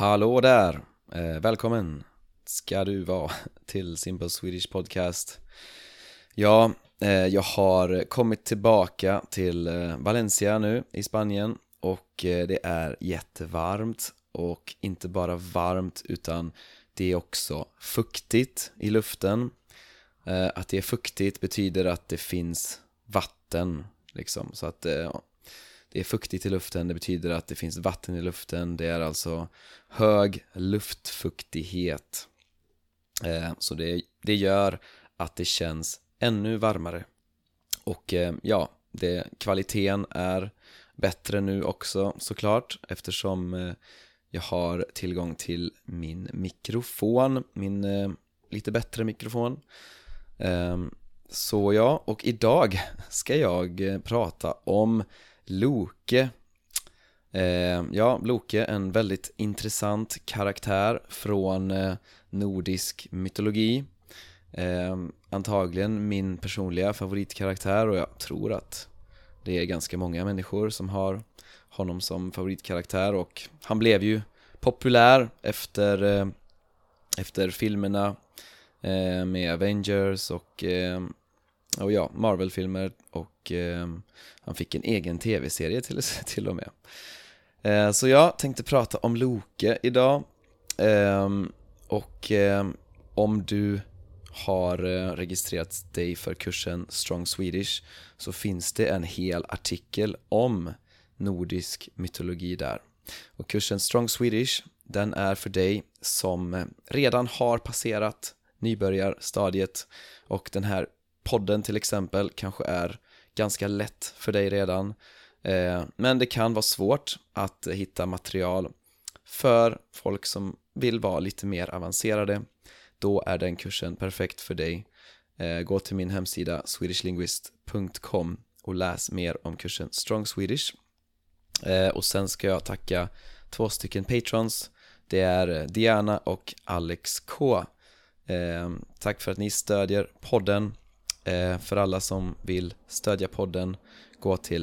Hallå där, välkommen ska du vara till Simple Swedish Podcast. Ja, jag har kommit tillbaka till Valencia nu i Spanien och det är jättevarmt och inte bara varmt utan det är också fuktigt i luften. Att det är fuktigt betyder att det finns vatten liksom, så att det är fuktigt i luften, det betyder att det finns vatten i luften. Det är alltså hög luftfuktighet. Så det gör att det känns ännu varmare. Och kvaliteten är bättre nu också såklart, eftersom jag har tillgång till min mikrofon, min lite bättre mikrofon. Så ja, och idag ska jag prata om Loke. Loke, en väldigt intressant karaktär från nordisk mytologi. Antagligen min personliga favoritkaraktär, och jag tror att det är ganska många människor som har honom som favoritkaraktär. Och han blev ju populär efter filmerna med Avengers och Marvel-filmer, och han fick en egen tv-serie till och med. Så jag tänkte prata om Loke idag. Om du har registrerat dig för kursen Strong Swedish så finns det en hel artikel om nordisk mytologi där. Och kursen Strong Swedish, den är för dig som redan har passerat nybörjarstadiet, och den här podden till exempel kanske är ganska lätt för dig redan, men det kan vara svårt att hitta material för folk som vill vara lite mer avancerade. Då är den kursen perfekt för dig. Gå till min hemsida swedishlinguist.com och läs mer om kursen Strong Swedish. Och sen ska jag tacka 2 stycken patrons. Det är Diana och Alex K. Tack för att ni stödjer podden. För alla som vill stödja podden, gå till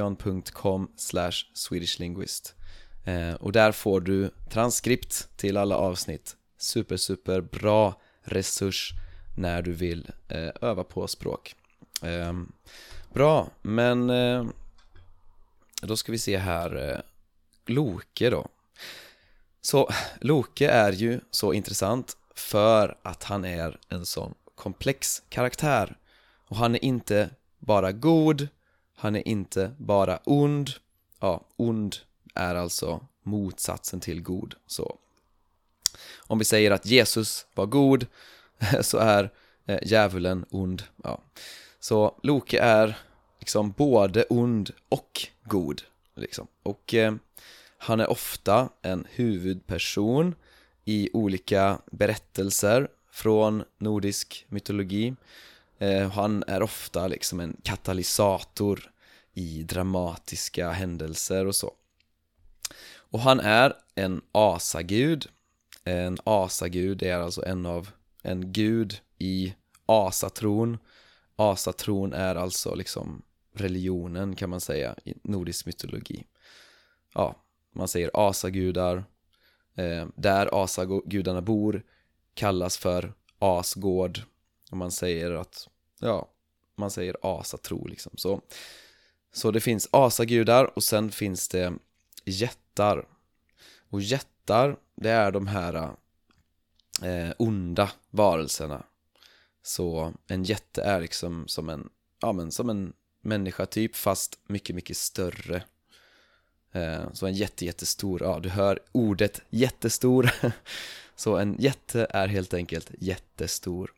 patreon.com/swedishlinguist. Och där får du transkript till alla avsnitt. Super bra resurs när du vill öva på språk. Bra, men då ska vi se här. Loke då. Så Loke är ju så intressant för att han är en sån komplex karaktär. Och han är inte bara god, han är inte bara ond. Ja, ond är alltså motsatsen till god. Så om vi säger att Jesus var god, så är djävulen ond. Ja. Så Loke är liksom både ond och god liksom. Och han är ofta en huvudperson i olika berättelser från nordisk mytologi. Han är ofta liksom en katalysator i dramatiska händelser och så. Och han är en asagud. En asagud är alltså en gud i asatron. Asatron är alltså liksom religionen, kan man säga, i nordisk mytologi. Ja, man säger asagudar. Där asagudarna bor kallas för Asgård. Och man säger asatro liksom. Så det finns asagudar, och sen finns det jättar. Och jättar, det är de här onda varelserna. Så en jätte är liksom som en människa typ, fast mycket större. Så en jättestor, ja, du hör ordet jättestor. Så en jätte är helt enkelt jättestor.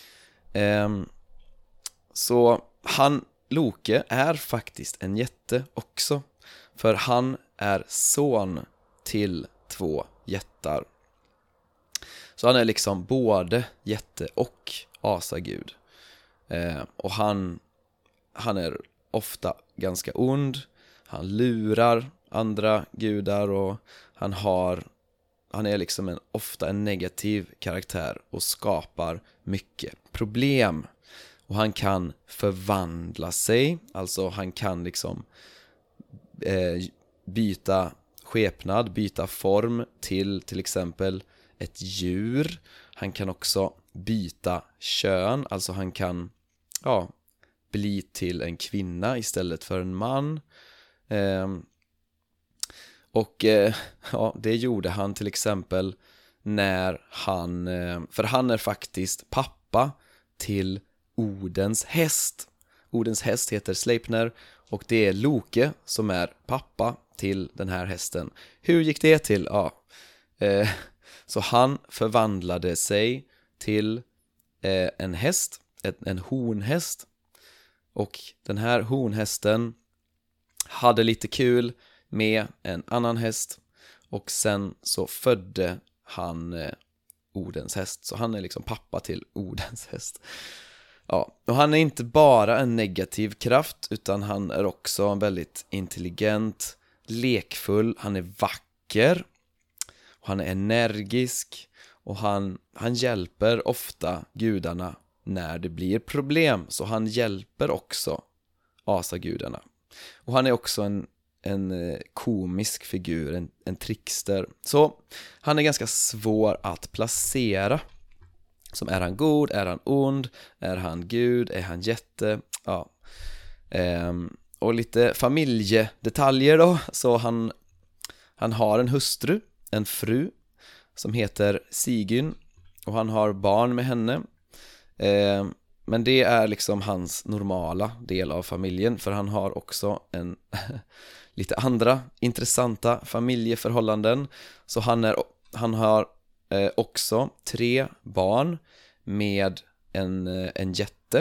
Så Loke är faktiskt en jätte också, för han är son till 2 jättar. Så han är liksom både jätte och asagud. Och han är ofta ganska ond. Han lurar andra gudar, och han är liksom ofta en negativ karaktär och skapar mycket problem. Och han kan förvandla sig, alltså han kan liksom byta skepnad, byta form till exempel ett djur. Han kan också byta kön, alltså han kan bli till en kvinna istället för en man. Det gjorde han till exempel när för han är faktiskt pappa till Odens häst. Odens häst heter Sleipner och det är Loke som är pappa till den här hästen. Hur gick det till? Så han förvandlade sig till en häst, en honhäst. Och den här honhästen hade lite kul med en annan häst. Och sen så födde han Odens häst. Så han är liksom pappa till Odens häst. Ja, och han är inte bara en negativ kraft utan han är också en väldigt intelligent, lekfull, han är vacker, och han är energisk och han hjälper ofta gudarna när det blir problem. Så han hjälper också asagudarna. Och han är också en komisk figur, en trickster. Så han är ganska svår att placera. Som är han god, är han ond, är han gud, är han jätte? Ja. Och lite familjedetaljer då. Så han har en hustru, en fru som heter Sigyn. Och han har barn med henne. Men det är liksom hans normala del av familjen. För han har också lite andra intressanta familjeförhållanden. Så han har också 3 barn med en jätte.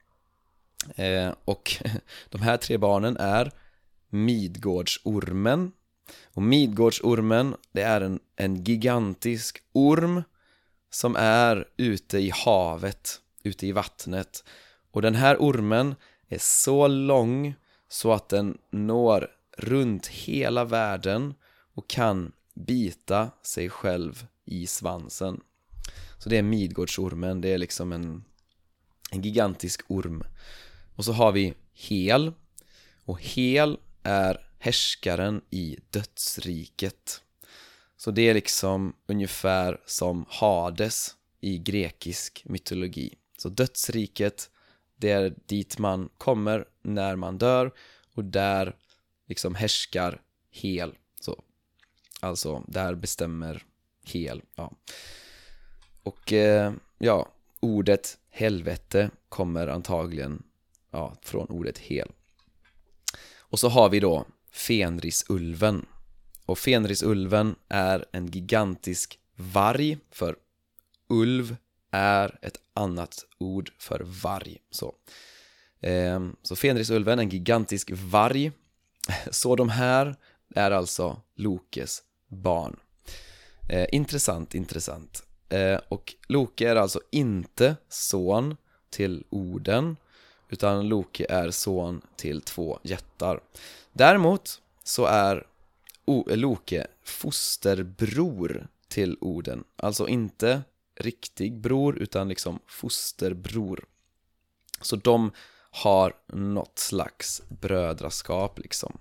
Och de här 3 barnen är Midgårdsormen. Och Midgårdsormen, det är en gigantisk orm som är ute i havet, ute i vattnet. Och den här ormen är så lång så att den når runt hela världen och kan bita sig själv i svansen. Så det är Midgårdsormen, det är liksom en gigantisk orm. Och så har vi Hel. Och Hel är härskaren i dödsriket. Så det är liksom ungefär som Hades i grekisk mytologi. Så dödsriket, det är dit man kommer när man dör. Och där liksom härskar Hel. Så, alltså där bestämmer Hel. Ja. Och ordet helvete kommer antagligen från ordet Hel. Och så har vi då Fenrisulven. Och Fenrisulven är en gigantisk varg, för ulv är ett annat ord för varg. Så Fenrisulven är en gigantisk varg. Så de här är alltså Lokes barn. Intressant. Och Loke är alltså inte son till Oden, utan Loke är son till 2 jättar. Däremot så är Loke fosterbror till Oden. Alltså inte riktig bror utan liksom fosterbror. Så de har något slags brödraskap liksom.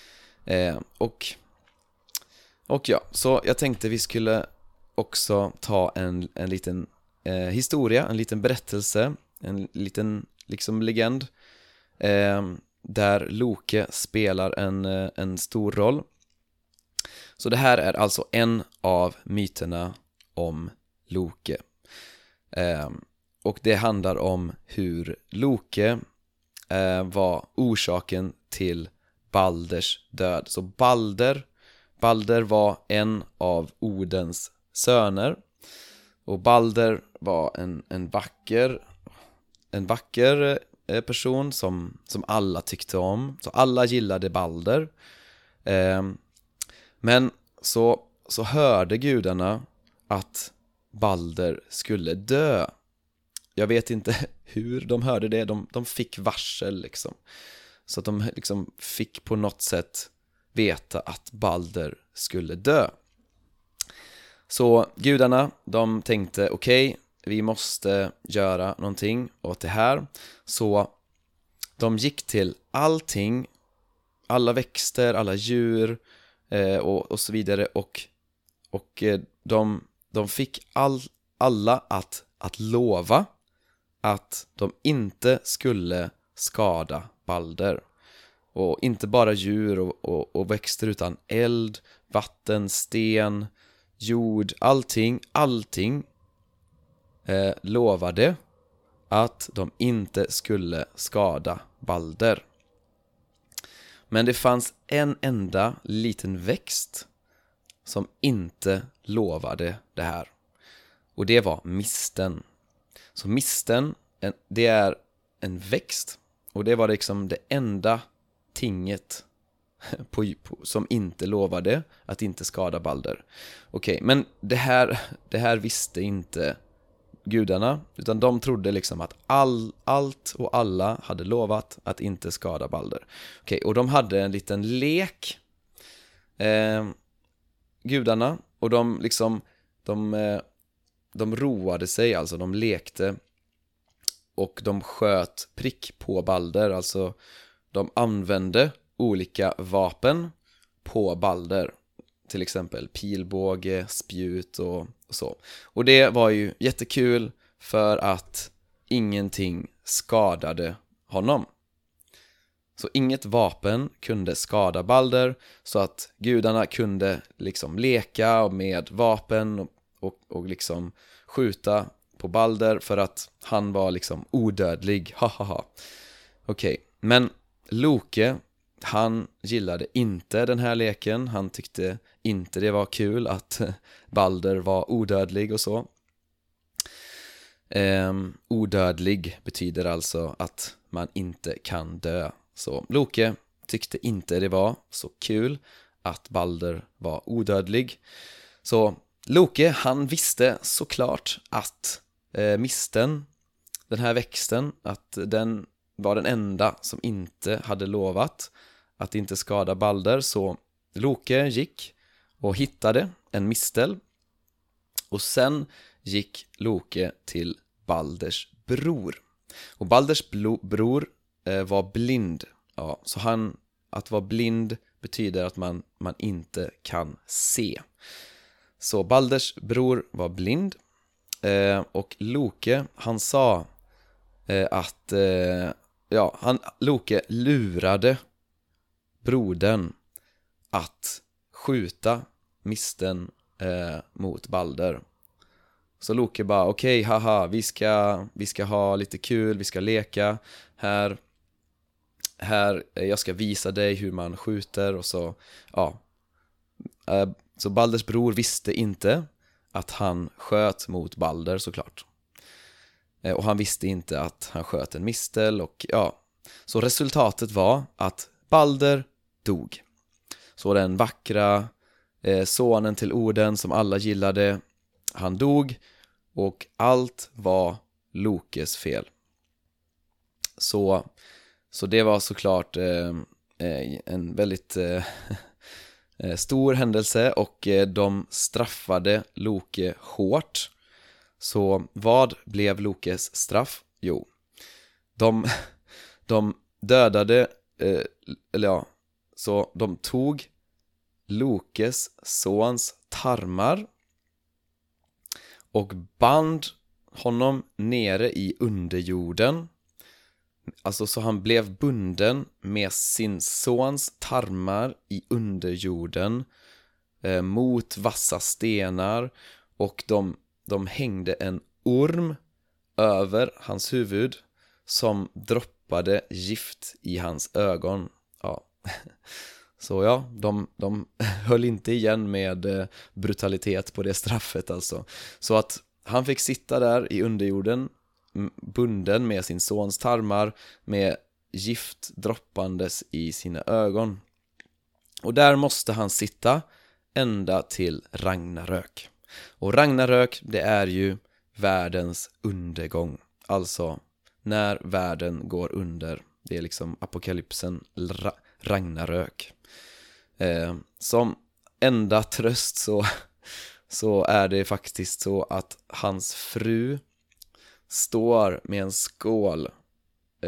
Så jag tänkte vi skulle också ta en liten historia, en liten berättelse, en liten liksom legend där Loke spelar en stor roll. Så det här är alltså en av myterna om Loke. Och det handlar om hur Loke var orsaken till Balders död. Så Balder var en av Odens söner. Och Balder var en vacker person som alla tyckte om. Så alla gillade Balder. Men så hörde gudarna att Balder skulle dö. Jag vet inte hur de hörde det. De fick varsel liksom. Så att de liksom fick på något sätt veta att Balder skulle dö. Så gudarna, de tänkte okej, vi måste göra någonting åt det här. Så de gick till allting, alla växter, alla djur, och så vidare. Och de fick alla att lova att de inte skulle skada Balder. Och inte bara djur och växter, utan eld, vatten, sten, jord, allting lovade att de inte skulle skada Balder. Men det fanns en enda liten växt som inte lovade det här. Och det var misten. Så misten, det är en växt. Och det var liksom det enda tinget som inte lovade att inte skada Balder. Okej, men det här visste inte gudarna, utan de trodde liksom att allt och alla hade lovat att inte skada Balder. Okej, och de hade en liten lek, gudarna, och de roade sig, alltså de lekte, och de sköt prick på Balder, alltså de använde olika vapen på Balder, till exempel pilbåge, spjut och så. Och det var ju jättekul, för att ingenting skadade honom. Så inget vapen kunde skada Balder, så att gudarna kunde liksom leka med vapen och liksom skjuta på Balder, för att han var liksom odödlig. Okej, men Loke, han gillade inte den här leken. Han tyckte inte det var kul att Balder var odödlig och så. Odödlig betyder alltså att man inte kan dö. Så Loke tyckte inte det var så kul att Balder var odödlig. Så Loke, han visste såklart att misten, den här växten, att den var den enda som inte hade lovat att inte skada Balder. Så Loke gick och hittade en mistel, och sen gick Loke till Balders bror. Och Balders bror var blind. Ja, så att vara blind betyder att man inte kan se. Så Balders bror var blind, och Loke, han sa att Loke lurade brodern att skjuta misten mot Balder. Så Loke bara, okej, haha, vi ska ha lite kul, vi ska leka här, jag ska visa dig hur man skjuter. Och så, så Balders bror visste inte att han sköt mot Balder, såklart. Och han visste inte att han sköt en mistel. Och så resultatet var att Balder dog. Så den vackra sonen till Oden som alla gillade, han dog, och allt var Lokes fel. Så det var såklart en väldigt stor händelse, och de straffade Loke hårt. Så vad blev Lokes straff? Jo, de dödade, så de tog Lokes sons tarmar och band honom nere i underjorden. Alltså så han blev bunden med sin sons tarmar i underjorden mot vassa stenar, och de hängde en orm över hans huvud som droppade gift i hans ögon. Så de höll inte igen med brutalitet på det straffet alltså. Så att han fick sitta där i underjorden, bunden med sin sons tarmar, med gift droppandes i sina ögon. Och där måste han sitta ända till Ragnarök. Och Ragnarök, det är ju världens undergång. Alltså när världen går under. Det är liksom apokalypsen, Ragnarök. Som enda tröst så är det faktiskt så att hans fru står med en skål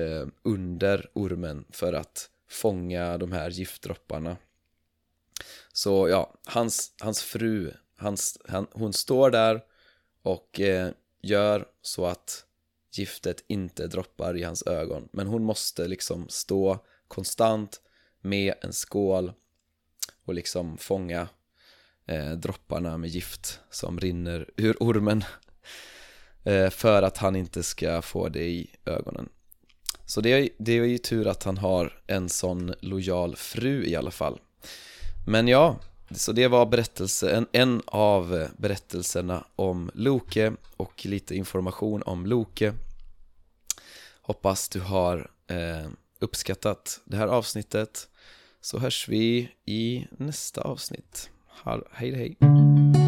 under ormen för att fånga de här giftdropparna. Så ja, hans fru, hon står där och gör så att giftet inte droppar i hans ögon. Men hon måste liksom stå konstant med en skål och liksom fånga dropparna med gift som rinner ur ormen för att han inte ska få det i ögonen. Så det är ju tur att han har en sån lojal fru i alla fall. Men ja, så det var en av berättelserna om Loke och lite information om Loke. Hoppas du har uppskattat det här avsnittet. Så hörs vi i nästa avsnitt. Hej hej.